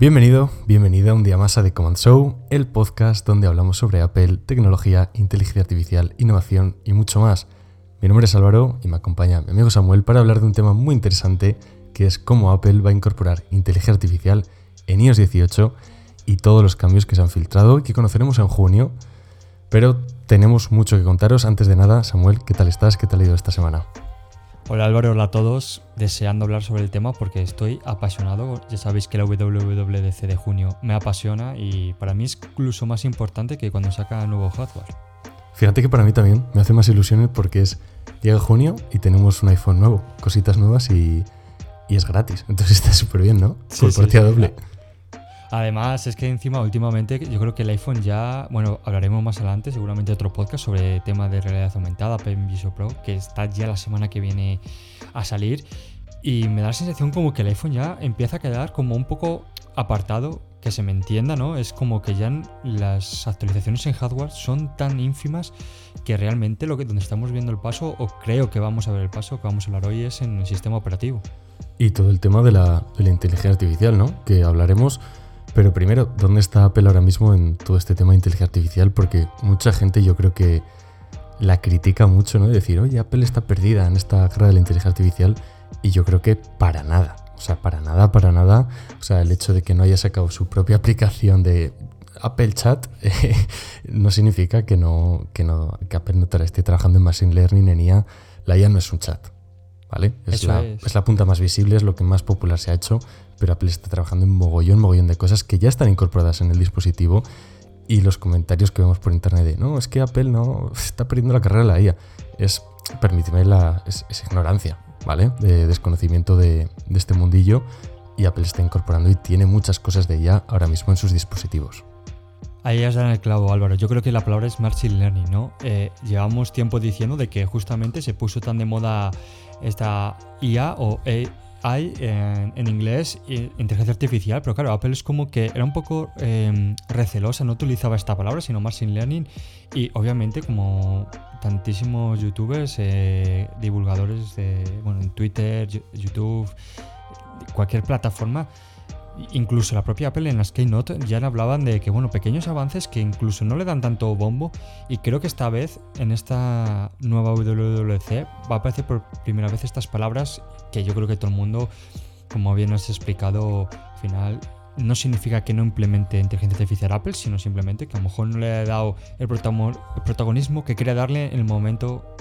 Bienvenida un día más a The Command Show, el podcast donde hablamos sobre Apple, tecnología, inteligencia artificial, innovación y mucho más. Mi nombre es Álvaro y me acompaña mi amigo Samuel para hablar de un tema muy interesante que es cómo Apple va a incorporar inteligencia artificial en iOS 18 y todos los cambios que se han filtrado y que conoceremos en junio. Pero tenemos mucho que contaros. Antes de nada, Samuel, ¿qué tal estás? ¿Qué tal ha ido esta semana? Hola Álvaro, hola a todos. Deseando hablar sobre el tema porque estoy apasionado. Ya sabéis que la WWDC de junio me apasiona y para mí es incluso más importante que cuando saca nuevo hardware. Fíjate que para mí también me hace más ilusiones porque llega junio y tenemos un iPhone nuevo, cositas nuevas y es gratis. Entonces está súper bien, ¿no? Por partida doble. Además, es que encima últimamente yo creo que el iPhone ya, bueno, hablaremos más adelante, seguramente otro podcast sobre tema de realidad aumentada, Apple Vision Pro, que está ya la semana que viene a salir. Y me da la sensación como que el iPhone ya empieza a quedar como un poco apartado, que se me entienda, ¿no? Es como que ya las actualizaciones en hardware son tan ínfimas que realmente donde estamos viendo el paso, o creo que vamos a ver el paso, que vamos a hablar hoy, es en el sistema operativo. Y todo el tema de la inteligencia artificial, ¿no? Que hablaremos. Pero primero, ¿dónde está Apple ahora mismo en todo este tema de inteligencia artificial? Porque mucha gente yo creo que la critica mucho, ¿no? De decir, oye, Apple está perdida en esta guerra de la inteligencia artificial. Y yo creo que para nada. O sea, para nada. O sea, el hecho de que no haya sacado su propia aplicación de Apple Chat no significa que Apple no esté trabajando en Machine Learning, en IA. La IA no es un chat, ¿vale? Es la punta más visible, es lo que más popular se ha hecho. Pero Apple está trabajando en mogollón de cosas que ya están incorporadas en el dispositivo, y los comentarios que vemos por internet de no, es que Apple no está perdiendo la carrera de la IA. Permíteme, es ignorancia, ¿vale? De desconocimiento de este mundillo, y Apple está incorporando y tiene muchas cosas de IA ahora mismo en sus dispositivos. Ahí has dado el clavo, Álvaro. Yo creo que la palabra es Machine Learning, ¿no? Llevamos tiempo diciendo de que justamente se puso tan de moda esta IA o AI en inglés, inteligencia artificial, pero claro, Apple es como que era un poco recelosa, no utilizaba esta palabra, sino Machine Learning, y obviamente como tantísimos youtubers, divulgadores en Twitter, YouTube, cualquier plataforma, incluso la propia Apple en las Keynote ya hablaban de que, pequeños avances que incluso no le dan tanto bombo, y creo que esta vez, en esta nueva WWDC, va a aparecer por primera vez estas palabras que yo creo que todo el mundo, como bien has explicado, al final no significa que no implemente inteligencia artificial Apple, sino simplemente que a lo mejor no le ha dado el protagonismo que quería darle en el momento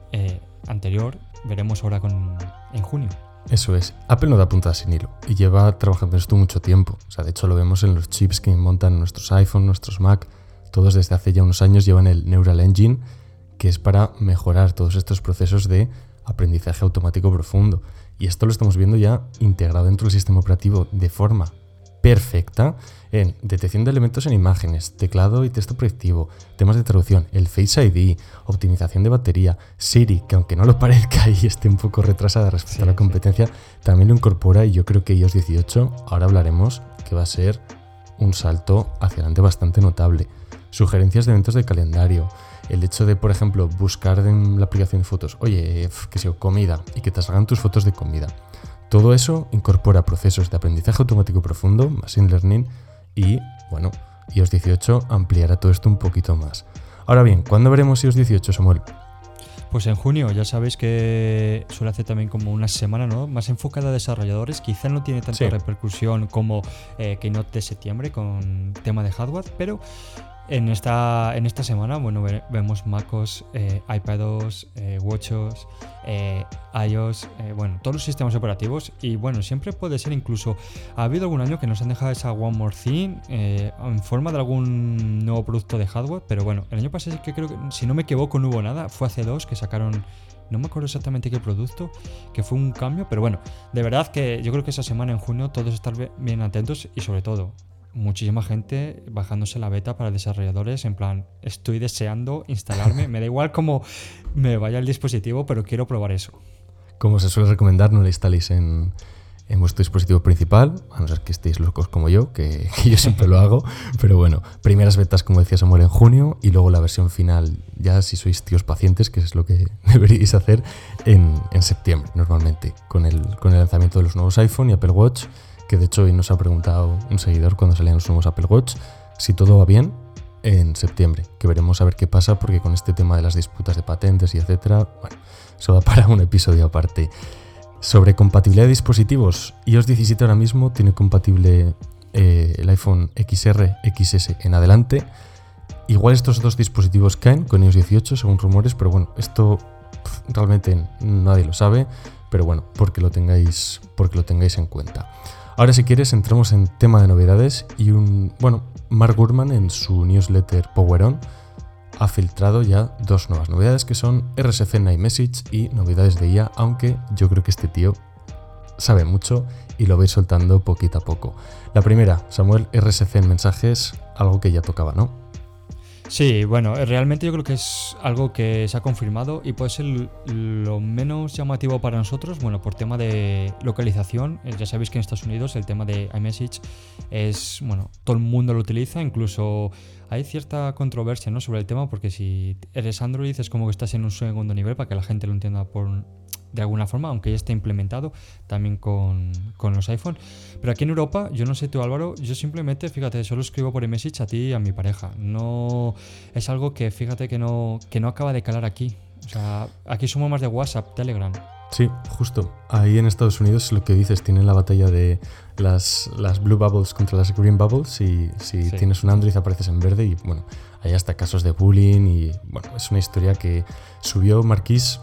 anterior. Veremos ahora en junio. Eso es, Apple no da puntada sin hilo y lleva trabajando en esto mucho tiempo. O sea, de hecho lo vemos en los chips que montan nuestros iPhone, nuestros Mac. Todos desde hace ya unos años llevan el Neural Engine, que es para mejorar todos estos procesos de aprendizaje automático profundo. Y esto lo estamos viendo ya integrado dentro del sistema operativo de forma perfecta en detección de elementos en imágenes, teclado y texto proyectivo, temas de traducción, el Face ID, optimización de batería, Siri, que aunque no lo parezca y esté un poco retrasada respecto a la competencia, también lo incorpora, y yo creo que iOS 18, ahora hablaremos, que va a ser un salto hacia adelante bastante notable. Sugerencias de eventos de calendario, el hecho de, por ejemplo, buscar en la aplicación de fotos, oye, que sea comida, y que te salgan tus fotos de comida. Todo eso incorpora procesos de aprendizaje automático profundo, Machine Learning, y, iOS 18 ampliará todo esto un poquito más. Ahora bien, ¿cuándo veremos iOS 18, Samuel? Pues en junio, ya sabéis que suele hacer también como una semana, ¿no? Más enfocada a desarrolladores, quizá no tiene tanta repercusión como Keynote de septiembre con tema de hardware, pero en esta semana, vemos MacOS, iPadOS, WatchOS, iOS, todos los sistemas operativos, y siempre puede ser incluso, ha habido algún año que nos han dejado esa One More Thing en forma de algún nuevo producto de hardware, pero el año pasado, que creo que, si no me equivoco, no hubo nada, fue hace 2 que sacaron, no me acuerdo exactamente qué producto, que fue un cambio, pero de verdad que yo creo que esa semana en junio todos estar bien atentos, y sobre todo muchísima gente bajándose la beta para desarrolladores, en plan, estoy deseando instalarme, me da igual cómo me vaya el dispositivo, pero quiero probar eso. Como se suele recomendar, no lo instaléis en vuestro dispositivo principal, a no ser que estéis locos como yo, que yo siempre lo hago, pero primeras betas, como decía Samuel, en junio, y luego la versión final, ya si sois tíos pacientes, que es lo que deberíais hacer en septiembre, normalmente, con el lanzamiento de los nuevos iPhone y Apple Watch, que de hecho hoy nos ha preguntado un seguidor cuando salían los nuevos Apple Watch, si todo va bien en septiembre, que veremos a ver qué pasa, porque con este tema de las disputas de patentes y etcétera, bueno, eso da para un episodio aparte. Sobre compatibilidad de dispositivos, iOS 17 ahora mismo tiene compatible el iPhone XR, XS en adelante. Igual estos dos dispositivos caen con iOS 18 según rumores, pero bueno, esto realmente nadie lo sabe, pero bueno, porque lo tengáis en cuenta. Ahora, si quieres, entramos en tema de novedades y Mark Gurman en su newsletter Power On ha filtrado ya dos nuevas novedades que son RSC en iMessage y novedades de IA, aunque yo creo que este tío sabe mucho y lo vais soltando poquito a poco. La primera, Samuel, RSC en mensajes, algo que ya tocaba, ¿no? Sí, bueno, realmente yo creo que es algo que se ha confirmado y puede ser lo menos llamativo para nosotros, bueno, por tema de localización. Ya sabéis que en Estados Unidos el tema de iMessage es, bueno, todo el mundo lo utiliza, incluso hay cierta controversia, ¿no?, sobre el tema, porque si eres Android es como que estás en un segundo nivel para que la gente lo entienda de alguna forma, aunque ya esté implementado también con los iPhone. Pero aquí en Europa, yo no sé tú, Álvaro, yo simplemente, fíjate, solo escribo por iMessage a ti y a mi pareja. No es algo que, fíjate, que no acaba de calar aquí. O sea, aquí somos más de WhatsApp, Telegram. Sí, justo. Ahí en Estados Unidos lo que dices, tienen la batalla de las Blue Bubbles contra las Green Bubbles. Si sí. Tienes un Android apareces en verde y bueno, hay hasta casos de bullying y bueno, es una historia que subió Marquís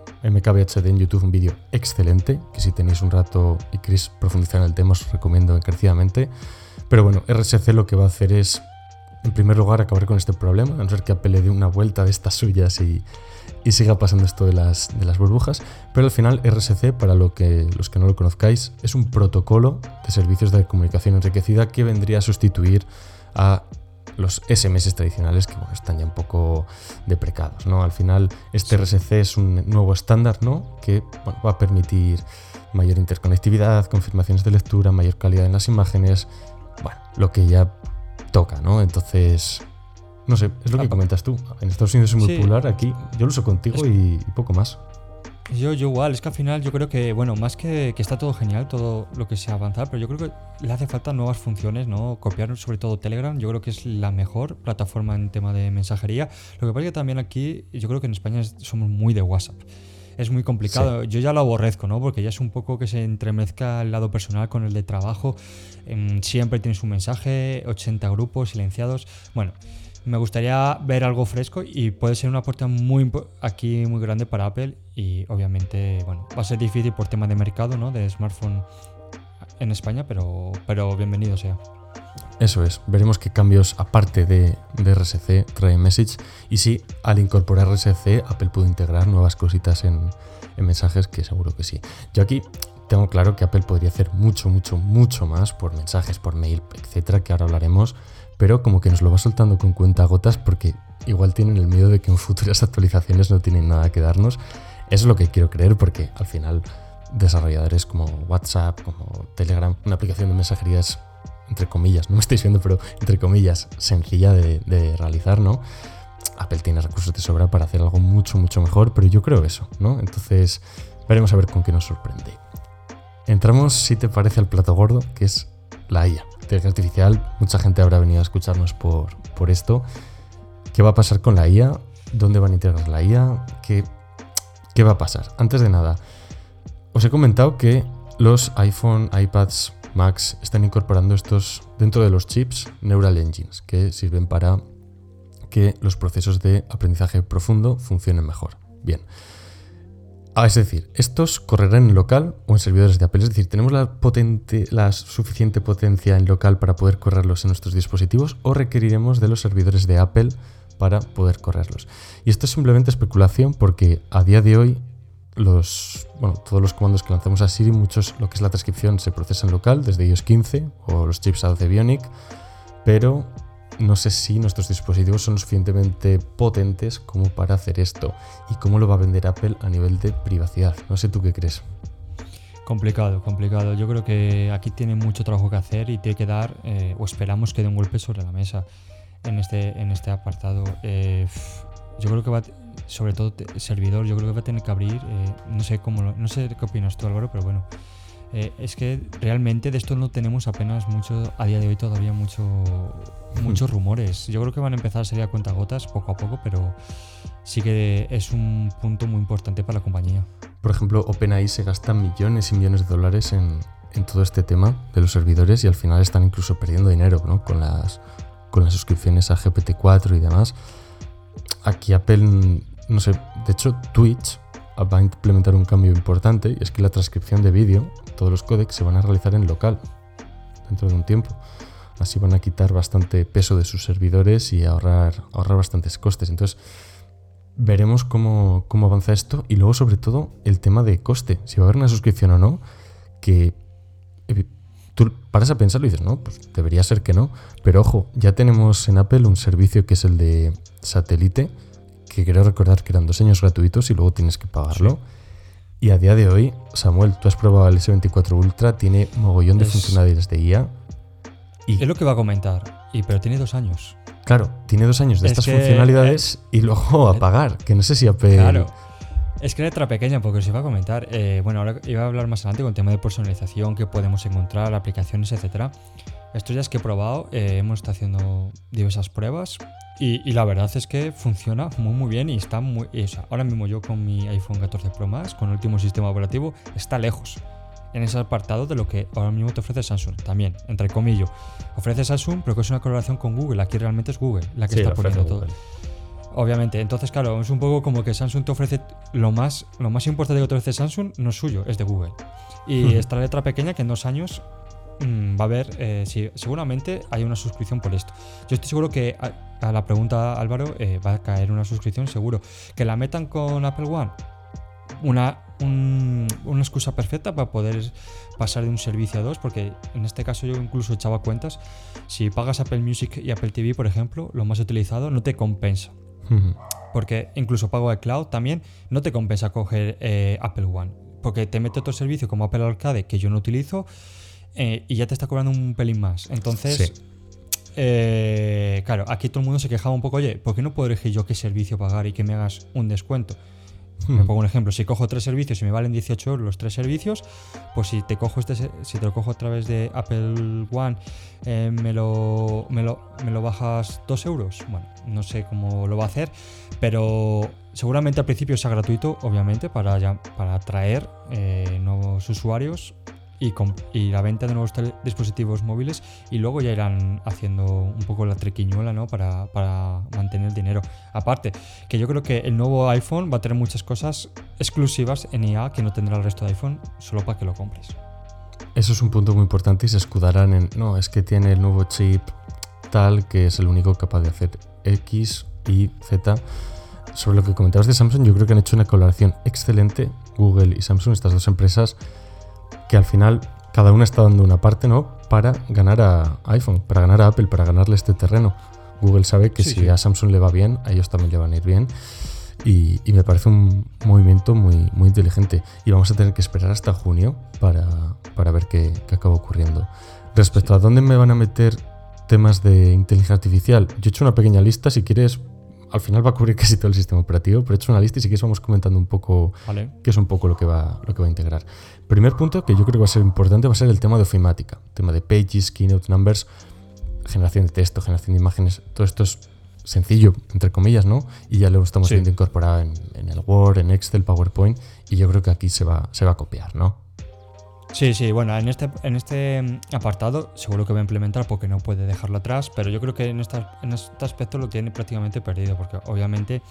MKBHD en YouTube, un vídeo excelente, que si tenéis un rato y queréis profundizar en el tema os recomiendo encarecidamente. Pero bueno, RSC lo que va a hacer es, en primer lugar, acabar con este problema, a no ser que Apple le dé una vuelta de estas suyas y siga pasando esto de las burbujas. Pero al final RSC, para los que no lo conozcáis, es un protocolo de servicios de comunicación enriquecida que vendría a sustituir a los SMS tradicionales, que bueno, están ya un poco deprecados, ¿no? Al final este RSC es un nuevo estándar, ¿no?, que bueno, va a permitir mayor interconectividad, confirmaciones de lectura, mayor calidad en las imágenes, bueno, lo que ya toca, ¿no? Entonces, no sé, es lo que comentas tú. En Estados Unidos es muy popular, aquí yo lo uso contigo y poco más. Yo igual, es que al final yo creo que, bueno, más que está todo genial, todo lo que sea avanzar, pero yo creo que le hace falta nuevas funciones, ¿no? Copiar sobre todo Telegram, yo creo que es la mejor plataforma en tema de mensajería. Lo que pasa es que también aquí, yo creo que en España somos muy de WhatsApp. Es muy complicado, sí. Yo ya lo aborrezco, ¿no? Porque ya es un poco que se entremezcla el lado personal con el de trabajo. Siempre tienes un mensaje, 80 grupos silenciados. Bueno, me gustaría ver algo fresco y puede ser una apuesta muy grande para Apple y obviamente, bueno, va a ser difícil por tema de mercado, ¿no?, de smartphone en España, pero bienvenido sea. Eso es, veremos qué cambios aparte de RSC trae Message y si al incorporar RSC Apple puede integrar nuevas cositas en mensajes, que seguro que sí. Yo aquí tengo claro que Apple podría hacer mucho más por mensajes, por mail, etcétera, que ahora hablaremos, pero como que nos lo va soltando con cuentagotas porque igual tienen el miedo de que en futuras actualizaciones no tienen nada que darnos. Eso es lo que quiero creer, porque al final desarrolladores como WhatsApp, como Telegram, una aplicación de mensajería es, entre comillas, no me estáis viendo, pero entre comillas, sencilla de realizar, ¿no? Apple tiene recursos de sobra para hacer algo mucho mejor, pero yo creo eso, ¿no? Entonces veremos a ver con qué nos sorprende. Entramos, si te parece, al plato gordo, que es la IA, inteligencia artificial. Mucha gente habrá venido a escucharnos por esto. ¿Qué va a pasar con la IA? ¿Dónde van a integrar la IA? ¿Qué va a pasar? Antes de nada, os he comentado que los iPhone, iPads, Macs están incorporando estos dentro de los chips Neural Engines, que sirven para que los procesos de aprendizaje profundo funcionen mejor. Bien. Es decir, estos correrán en local o en servidores de Apple. Es decir, ¿tenemos la suficiente potencia en local para poder correrlos en nuestros dispositivos o requeriremos de los servidores de Apple para poder correrlos? Y esto es simplemente especulación porque a día de hoy todos los comandos que lanzamos a Siri, muchos, lo que es la transcripción, se procesa en local desde iOS 15 o los chips A12 Bionic, pero no sé si nuestros dispositivos son lo suficientemente potentes como para hacer esto y cómo lo va a vender Apple a nivel de privacidad. No sé tú qué crees. Complicado. Yo creo que aquí tiene mucho trabajo que hacer y tiene que dar, o esperamos que dé un golpe sobre la mesa en este apartado. Yo creo que sobre todo servidor, yo creo que va a tener que abrir, no sé qué opinas tú, Álvaro, pero bueno, Es que realmente de esto no tenemos apenas mucho, a día de hoy todavía muchos rumores. Yo creo que van a empezar a salir a cuentagotas poco a poco, pero sí que es un punto muy importante para la compañía. Por ejemplo, OpenAI se gasta millones y millones de dólares en todo este tema de los servidores y al final están incluso perdiendo dinero, ¿no? Con las suscripciones a GPT-4 y demás. Aquí Apple, no sé, de hecho Twitch va a implementar un cambio importante y es que la transcripción de vídeo, todos los códecs se van a realizar en local dentro de un tiempo. Así van a quitar bastante peso de sus servidores y ahorrar bastantes costes. Entonces veremos cómo avanza esto y luego sobre todo el tema de coste, si va a haber una suscripción o no, que tú paras a pensarlo y dices, no, pues debería ser que no, pero ojo, ya tenemos en Apple un servicio que es el de satélite, que creo recordar que eran 2 años gratuitos y luego tienes que pagarlo. Sí. Y a día de hoy, Samuel, tú has probado el S24 Ultra, tiene mogollón de funcionalidades de IA. Es lo que va a comentar, pero tiene 2 años. Claro, tiene 2 años de estas funcionalidades y luego a pagar, que no sé si Apple... Claro, es que letra pequeña, porque os iba a comentar. Bueno, ahora iba a hablar más adelante con el tema de personalización que podemos encontrar, aplicaciones, etcétera. Estos días que he probado, hemos estado haciendo diversas pruebas y la verdad es que funciona muy muy bien y está muy... O sea, ahora mismo yo con mi iPhone 14 Pro Max, con el último sistema operativo, está lejos en ese apartado de lo que ahora mismo te ofrece Samsung. También, entre comillas, ofrece Samsung, pero que es una colaboración con Google. Aquí realmente es Google la que está poniendo todo. Obviamente, entonces claro, es un poco como que Samsung te ofrece lo más importante que te ofrece Samsung no es suyo, es de Google. Y esta letra pequeña que en 2 años va a haber, seguramente hay una suscripción por esto. Yo estoy seguro que a la pregunta, Álvaro, va a caer una suscripción seguro. Que la metan con Apple One, una excusa perfecta para poder pasar de un servicio a 2, porque en este caso yo incluso echaba cuentas. Si pagas Apple Music y Apple TV, por ejemplo, lo más utilizado, no te compensa. Porque incluso pago de cloud también no te compensa coger Apple One, porque te mete otro servicio como Apple Arcade que yo no utilizo y ya te está cobrando un pelín más. Entonces claro, aquí todo el mundo se quejaba un poco, oye, ¿por qué no puedo elegir yo qué servicio pagar y que me hagas un descuento? Me pongo un ejemplo, si cojo 3 servicios y me valen 18 euros los 3 servicios, pues si te lo cojo a través de Apple One, me lo bajas 2 euros. Bueno, no sé cómo lo va a hacer, pero seguramente al principio sea gratuito, obviamente, para atraer nuevos usuarios y la venta de nuevos dispositivos móviles, y luego ya irán haciendo un poco la triquiñuela, ¿no? para mantener el dinero. Aparte, que yo creo que el nuevo iPhone va a tener muchas cosas exclusivas en IA que no tendrá el resto de iPhone, solo para que lo compres. Eso es un punto muy importante y se escudarán en, no, es que tiene el nuevo chip tal que es el único capaz de hacer X, Y, Z. Sobre lo que comentabas de Samsung, yo creo que han hecho una colaboración excelente, Google y Samsung, estas dos empresas, que al final cada una está dando una parte, ¿no? Para ganar a iPhone, para ganar a Apple, para ganarle este terreno. Google sabe que si a Samsung le va bien, a ellos también le van a ir bien. Y me parece un movimiento muy, muy inteligente. Y vamos a tener que esperar hasta junio para ver qué acaba ocurriendo. Respecto a dónde me van a meter temas de inteligencia artificial, yo he hecho una pequeña lista, si quieres. Al final va a cubrir casi todo el sistema operativo, pero he hecho una lista y si quieres vamos comentando un poco qué es un poco lo que va a integrar. Primer punto que yo creo que va a ser importante va a ser el tema de ofimática, tema de Pages, Keynote, Numbers, generación de texto, generación de imágenes. Todo esto es sencillo, entre comillas, ¿no? Y ya lo estamos viendo incorporado en el Word, en Excel, PowerPoint, y yo creo que aquí se va a copiar, ¿no? Sí, bueno, en este apartado seguro que va a implementar porque no puede dejarlo atrás, pero yo creo que en este aspecto lo tiene prácticamente perdido, porque obviamente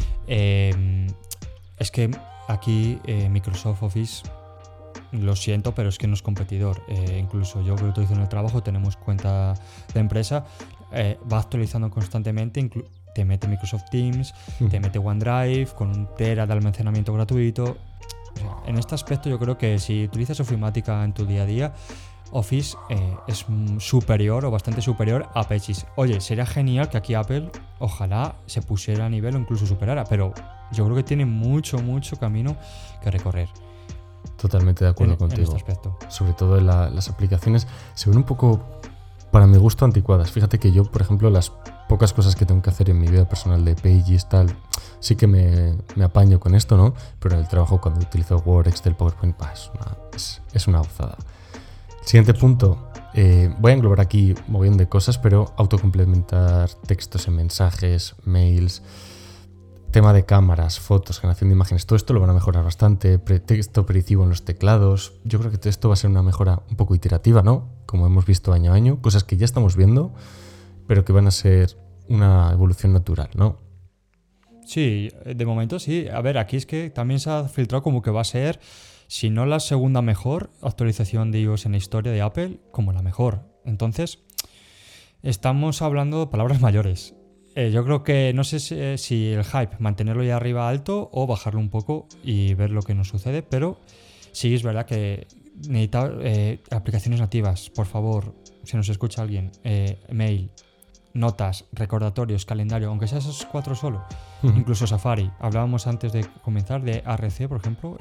es que aquí Microsoft Office, lo siento, pero es que no es competidor. Incluso yo que lo utilizo en el trabajo, tenemos cuenta de empresa, va actualizando constantemente, te mete Microsoft Teams, te mete OneDrive con 1 tera de almacenamiento gratuito. En este aspecto yo creo que si utilizas ofimática en tu día a día, Office es superior o bastante superior a Pages. Oye, sería genial que aquí Apple ojalá se pusiera a nivel o incluso superara, pero yo creo que tiene mucho camino que recorrer. Totalmente de acuerdo contigo. En este aspecto. Sobre todo las aplicaciones se ven un poco, para mi gusto, anticuadas. Fíjate que yo, por ejemplo, las pocas cosas que tengo que hacer en mi vida personal de Pages, tal, sí que me apaño con esto, ¿no? Pero en el trabajo, cuando utilizo Word, Excel, PowerPoint, es una gozada. Siguiente punto. Voy a englobar aquí un montón de cosas, pero autocomplementar textos en mensajes, mails, tema de cámaras, fotos, generación de imágenes, todo esto lo van a mejorar bastante. Texto predictivo en los teclados. Yo creo que todo esto va a ser una mejora un poco iterativa, ¿no? Como hemos visto año a año, cosas que ya estamos viendo, pero que van a ser una evolución natural, ¿no? Sí, de momento sí. A ver, aquí es que también se ha filtrado como que va a ser, si no la segunda mejor actualización de iOS en la historia de Apple, como la mejor. Entonces, estamos hablando de palabras mayores. Yo creo que no sé si el hype, mantenerlo ya arriba alto o bajarlo un poco y ver lo que nos sucede, pero sí es verdad que necesita aplicaciones nativas. Por favor, si nos escucha alguien, mail, notas, recordatorios, calendario, aunque sea esos 4 solo, incluso Safari. Hablábamos antes de comenzar de ARC, por ejemplo,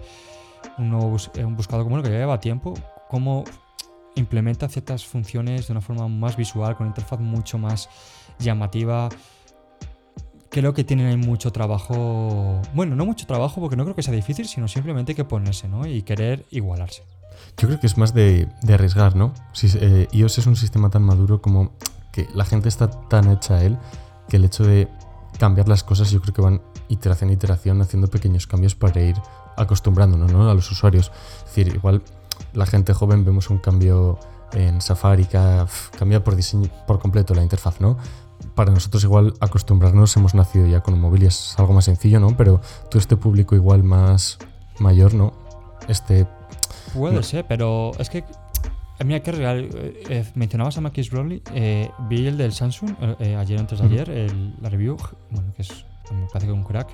un buscador común que ya lleva tiempo, cómo implementa ciertas funciones de una forma más visual, con interfaz mucho más llamativa. Creo que tienen ahí mucho trabajo. Bueno, no mucho trabajo porque no creo que sea difícil, sino simplemente hay que ponerse, ¿no? Y querer igualarse. Yo creo que es más de arriesgar, ¿no? iOS es un sistema tan maduro como que la gente está tan hecha a él que el hecho de cambiar las cosas, yo creo que van iteración a iteración haciendo pequeños cambios para ir acostumbrándonos, ¿no? A los usuarios. Es decir, igual la gente joven vemos un cambio en Safari que cambia por diseño por completo la interfaz, ¿no? Para nosotros igual acostumbrarnos, hemos nacido ya con un móvil y es algo más sencillo, ¿no? Pero todo este público igual más mayor, ¿no? Puede ser, pero es que mira que real. Mencionabas a Marcus Brownlee, vi el del Samsung ayer, antes de ayer, la review, bueno, que me parece que un crack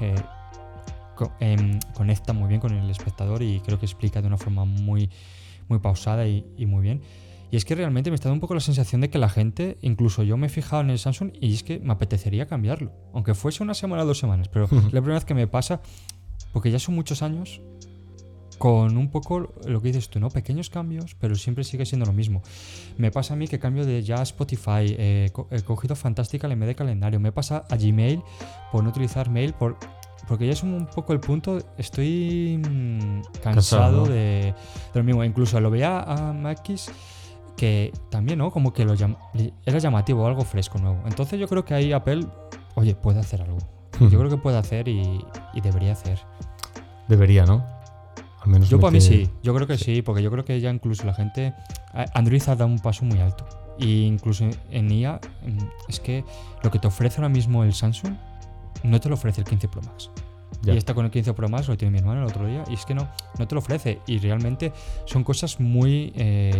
conecta muy bien con el espectador y creo que explica de una forma muy, muy pausada y muy bien. Y es que realmente me está dando un poco la sensación de que la gente, incluso yo me he fijado en el Samsung y es que me apetecería cambiarlo, aunque fuese una semana o 2 semanas, pero es la primera vez que me pasa, porque ya son muchos años con un poco lo que dices tú, ¿no? Pequeños cambios, pero siempre sigue siendo lo mismo. Me pasa a mí que cambio de ya a Spotify, he cogido Fantastical en vez de calendario, me pasa a Gmail por no utilizar mail, porque ya es un poco el punto, estoy cansado, ¿no? de lo mismo. Incluso lo veía a Macis, que también, ¿no? Como que era llamativo, algo fresco, nuevo. Entonces yo creo que ahí Apple, oye, puede hacer algo. Yo creo que puede hacer y debería hacer. Debería, ¿no? Al menos yo para mí sí, yo creo que sí, porque yo creo que ya incluso la gente... Android ha dado un paso muy alto. Y incluso en IA, es que lo que te ofrece ahora mismo el Samsung no te lo ofrece el 15 Pro Max. Ya. Y está con el 15 Pro Max, lo tiene mi hermano el otro día, y es que no te lo ofrece. Y realmente son cosas muy...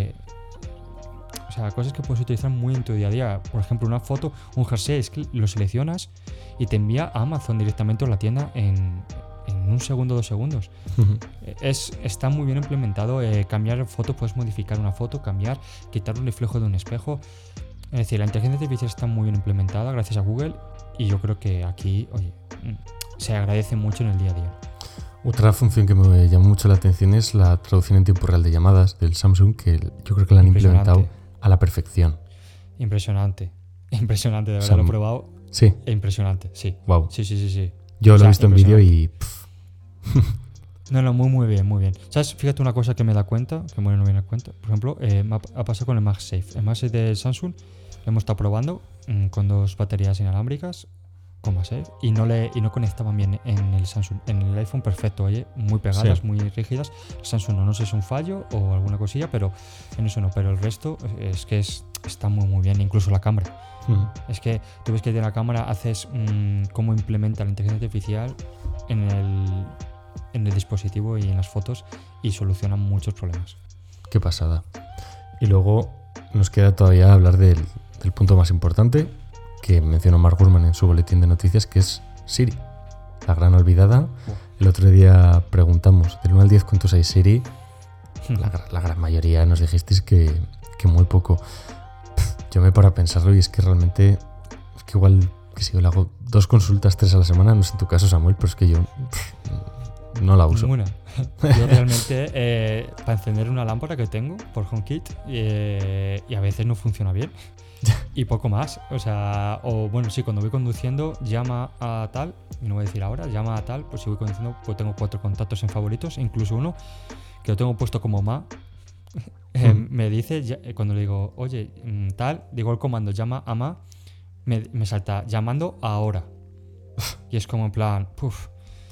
cosas que puedes utilizar muy en tu día a día. Por ejemplo, una foto, un jersey, es que lo seleccionas y te envía a Amazon directamente a la tienda en 1 segundo, 2 segundos. Está muy bien implementado. Cambiar foto, puedes modificar una foto, cambiar, quitar un reflejo de un espejo. Es decir, la inteligencia artificial está muy bien implementada gracias a Google y yo creo que aquí, oye, se agradece mucho en el día a día. Otra función que me llamó mucho la atención es la traducción en tiempo real de llamadas del Samsung, que yo creo que la han implementado a la perfección. Impresionante, de verdad, lo he probado. Sí. Impresionante, sí. Wow. Sí. Yo lo he visto en vídeo y... No, muy bien, muy bien. ¿Sabes? Fíjate una cosa que me da cuenta, que no viene a cuenta. Por ejemplo, me ha pasado con el MagSafe. El MagSafe de Samsung lo hemos estado probando con 2 baterías inalámbricas con MagSafe y no conectaban bien en el Samsung. En el iPhone perfecto, oye, muy pegadas, sí, muy rígidas. El Samsung no sé si es un fallo o alguna cosilla, pero en eso no. Pero el resto es que está muy, muy bien. Incluso la cámara. Es que tú ves que de la cámara haces cómo implementa la inteligencia artificial en el dispositivo y en las fotos y soluciona muchos problemas. Qué pasada. Y luego nos queda todavía hablar del punto más importante que mencionó Mark Gurman en su boletín de noticias, que es Siri, la gran olvidada. El otro día preguntamos, del 1 al 10, ¿cuántos hay Siri? La gran mayoría nos dijisteis que muy poco. Yo me paro a pensarlo y es que realmente, es que igual que si yo le hago 2 consultas, 3 a la semana, no sé en tu caso, Samuel, pero es que yo no la uso. Ninguna. Yo realmente, para encender una lámpara que tengo por HomeKit, y a veces no funciona bien. Y poco más. O sea, o bueno, sí, cuando voy conduciendo, llama a tal, y no voy a decir ahora, llama a tal, pues si voy conduciendo, pues tengo 4 contactos en favoritos, incluso uno que lo tengo puesto como ma. Me dice, cuando le digo, oye, tal, digo el comando llama a ma, me salta llamando ahora. Y es como en plan, puf.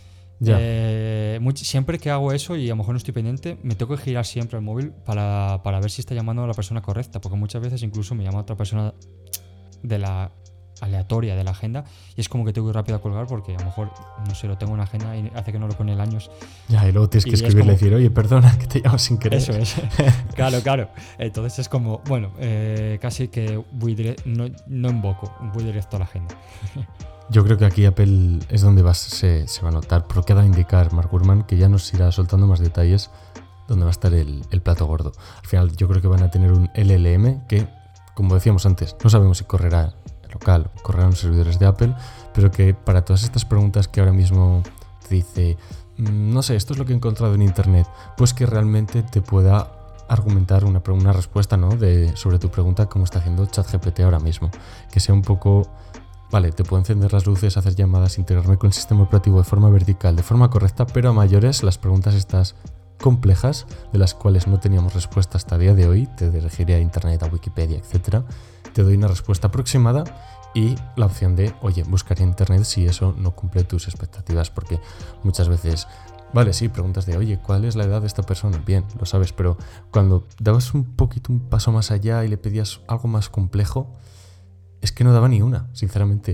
Siempre que hago eso y a lo mejor no estoy pendiente, me tengo que girar siempre el móvil para ver si está llamando a la persona correcta, porque muchas veces incluso me llama otra persona de la aleatoria de la agenda y es como que tengo que ir rápido a colgar porque a lo mejor, no sé, lo tengo en la agenda y hace que no lo pone el años. Ya, y luego tienes que escribirle y decir, oye, perdona, que te llamo sin querer. Eso es. Claro. Entonces es como, bueno, casi que no invoco, voy directo a la agenda. Yo creo que aquí Apple es donde se va a notar, pero queda indicar Mark Gurman que ya nos irá soltando más detalles donde va a estar el plato gordo. Al final yo creo que van a tener un LLM que, como decíamos antes, no sabemos si correrá en local o correrá en los servidores de Apple, pero que para todas estas preguntas que ahora mismo te dice, no sé, esto es lo que he encontrado en internet, pues que realmente te pueda argumentar una respuesta, ¿no? sobre tu pregunta, como está haciendo ChatGPT ahora mismo. Que sea un poco... Vale, te puedo encender las luces, hacer llamadas, integrarme con el sistema operativo de forma vertical, de forma correcta, pero a mayores las preguntas estas complejas, de las cuales no teníamos respuesta hasta el día de hoy, te dirigiré a internet, a Wikipedia, etc. Te doy una respuesta aproximada y la opción de, oye, buscar en internet si eso no cumple tus expectativas, porque muchas veces, vale, sí, preguntas de, oye, ¿cuál es la edad de esta persona? Bien, lo sabes, pero cuando dabas un paso más allá y le pedías algo más complejo, es que no daba ni una, sinceramente.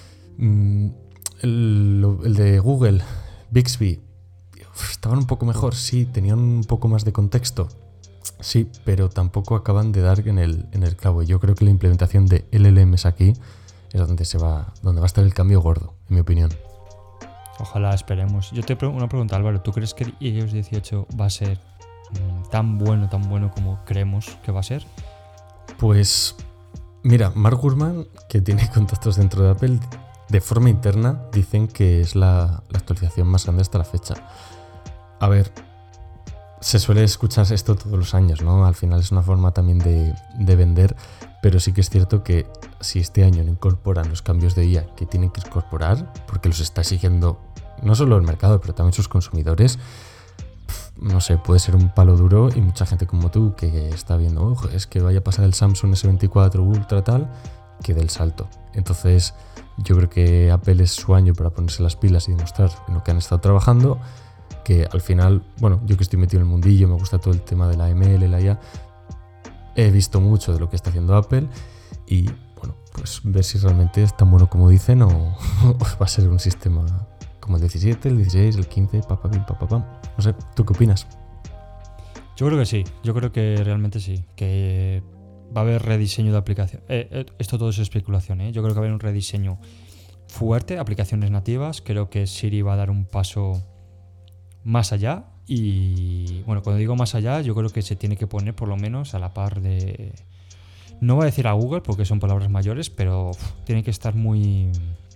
El de Google, Bixby, estaban un poco mejor, sí, tenían un poco más de contexto, sí, pero tampoco acaban de dar en el clavo. Yo creo que la implementación de LLMs aquí es donde va a estar el cambio gordo, en mi opinión. Ojalá, esperemos. Yo te una pregunta, Álvaro, ¿tú crees que el iOS 18 va a ser tan bueno como creemos que va a ser? Pues... Mira, Mark Gurman, que tiene contactos dentro de Apple, de forma interna dicen que es la actualización más grande hasta la fecha. A ver, se suele escuchar esto todos los años, ¿no? Al final es una forma también de vender, pero sí que es cierto que si este año no incorporan los cambios de IA que tienen que incorporar, porque los está exigiendo no solo el mercado, pero también sus consumidores, no sé, puede ser un palo duro y mucha gente como tú que está viendo, ojo, es que vaya a pasar el Samsung S24 Ultra tal, que dé el salto. Entonces yo creo que Apple es su año para ponerse las pilas y demostrar en lo que han estado trabajando, que al final, bueno, yo que estoy metido en el mundillo, me gusta todo el tema de la ML, la IA, he visto mucho de lo que está haciendo Apple y bueno, pues ver si realmente es tan bueno como dicen o va a ser un sistema como el 17, el 16, el 15, papapam. No sé, ¿tú qué opinas? Yo creo que sí, yo creo que realmente sí, que va a haber rediseño de aplicación. Esto todo es especulación, ¿eh? Yo creo que va a haber un rediseño fuerte, aplicaciones nativas. Creo que Siri va a dar un paso más allá y, bueno, cuando digo más allá, yo creo que se tiene que poner por lo menos a la par de... No voy a decir a Google porque son palabras mayores, pero tiene que estar muy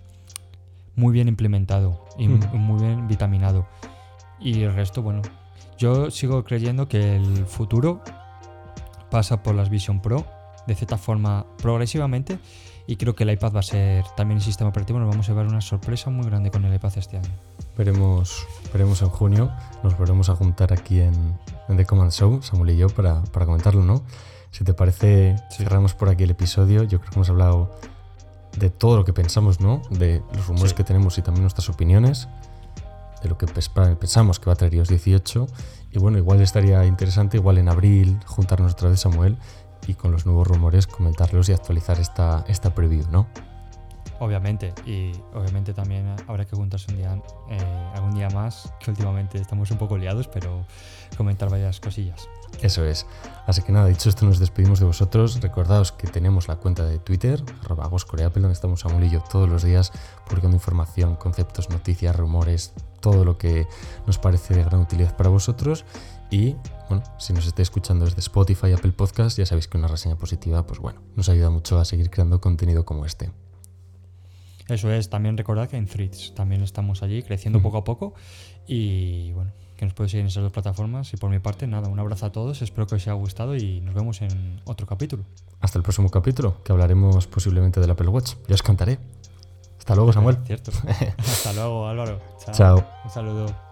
bien implementado y muy bien vitaminado. Y el resto, bueno, yo sigo creyendo que el futuro pasa por las Vision Pro de cierta forma progresivamente y creo que el iPad va a ser también el sistema operativo. Nos vamos a llevar una sorpresa muy grande con el iPad este año. Veremos en junio, nos volveremos a juntar aquí en The Command Show, Samuel y yo, para comentarlo, ¿no? Si te parece, sí. Cerramos por aquí el episodio. Yo creo que hemos hablado de todo lo que pensamos, ¿no? De los rumores que tenemos y también nuestras opiniones, de lo que pensamos que va a traer iOS 18. Y bueno, igual estaría interesante, igual en abril, juntarnos otra vez, Samuel, y con los nuevos rumores comentarlos y actualizar esta preview, ¿no? Obviamente, y obviamente también habrá que juntarse algún día más, que últimamente estamos un poco liados, pero comentar varias cosillas. Eso es. Así que nada, dicho esto, nos despedimos de vosotros. Recordaos que tenemos la cuenta de Twitter, @goscoreapple, donde estamos Samuel y yo todos los días publicando información, conceptos, noticias, rumores, todo lo que nos parece de gran utilidad para vosotros. Y bueno, si nos estáis escuchando desde Spotify, Apple Podcast, ya sabéis que una reseña positiva, pues bueno, nos ayuda mucho a seguir creando contenido como este. Eso es, también recordad que en Threads también estamos allí creciendo poco a poco y bueno, que nos podéis seguir en esas dos plataformas y por mi parte nada, un abrazo a todos, espero que os haya gustado y nos vemos en otro capítulo. Hasta el próximo capítulo, que hablaremos posiblemente del Apple Watch. Ya os contaré. Hasta luego, Samuel. Cierto. Hasta luego, Álvaro. Chao. Un saludo.